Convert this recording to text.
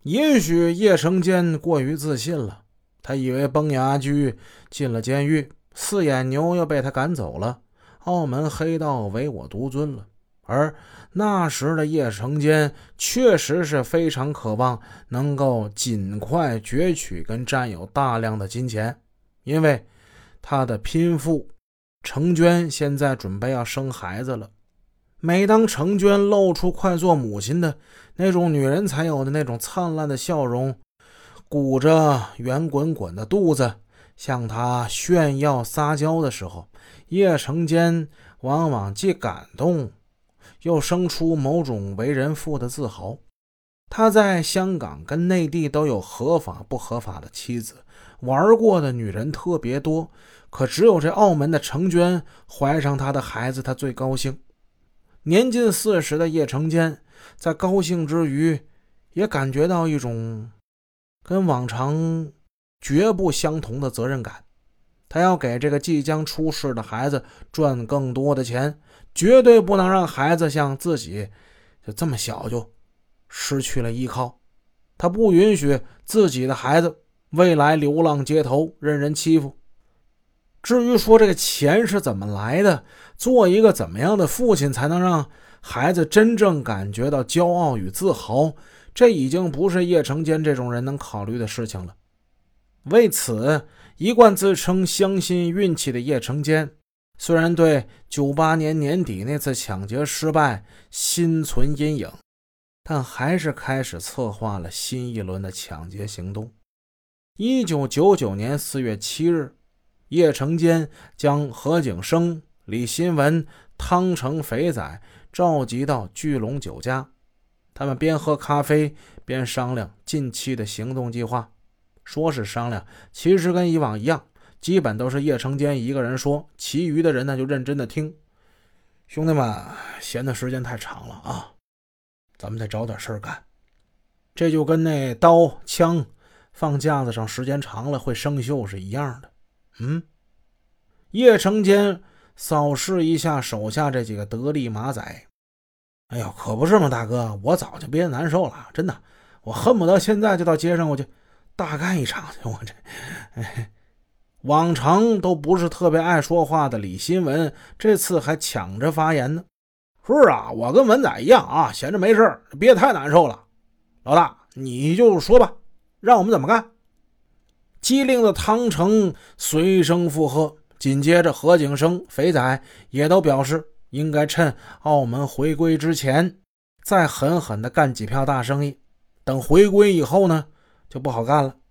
也许叶成坚过于自信了，他以为崩牙驹进了监狱，四眼牛又被他赶走了，澳门黑道唯我独尊了。而那时的叶成坚确实是非常渴望能够尽快攫取跟占有大量的金钱，因为他的拼妇程娟现在准备要生孩子了。每当程娟露出快做母亲的那种女人才有的那种灿烂的笑容，鼓着圆滚滚的肚子向她炫耀撒娇的时候，叶成坚往往既感动又生出某种为人父的自豪。他在香港跟内地都有合法不合法的妻子，玩过的女人特别多，可只有这澳门的程娟怀上他的孩子，他最高兴。年近40的叶成坚在高兴之余，也感觉到一种跟往常绝不相同的责任感。他要给这个即将出世的孩子赚更多的钱，绝对不能让孩子像自己就这么小就失去了依靠。他不允许自己的孩子未来流浪街头，任人欺负。至于说这个钱是怎么来的，做一个怎么样的父亲才能让孩子真正感觉到骄傲与自豪，这已经不是叶成坚这种人能考虑的事情了。为此，一贯自称相信运气的叶成坚，虽然对98年年底那次抢劫失败心存阴影，但还是开始策划了新一轮的抢劫行动。1999年4月7日，叶成坚将何景生、李新文、汤成、肥仔召集到聚龙酒家，他们边喝咖啡边商量近期的行动计划。说是商量，其实跟以往一样，基本都是叶成坚一个人说，其余的人呢就认真的听。兄弟们，闲的时间太长了啊，咱们得找点事儿干。这就跟那刀枪放架子上时间长了会生锈是一样的。叶成坚扫视一下手下这几个得力马仔，哎呦，可不是嘛，大哥，我早就憋难受了，真的，我恨不得现在就到街上我就大干一场去。我这往常都不是特别爱说话的李新文，这次还抢着发言呢。是啊，我跟文仔一样啊，闲着没事憋太难受了。老大，你就说吧，让我们怎么干？机灵的汤成随声附和，紧接着何景生、肥仔也都表示应该趁澳门回归之前再狠狠地干几票大生意，等回归以后呢就不好干了。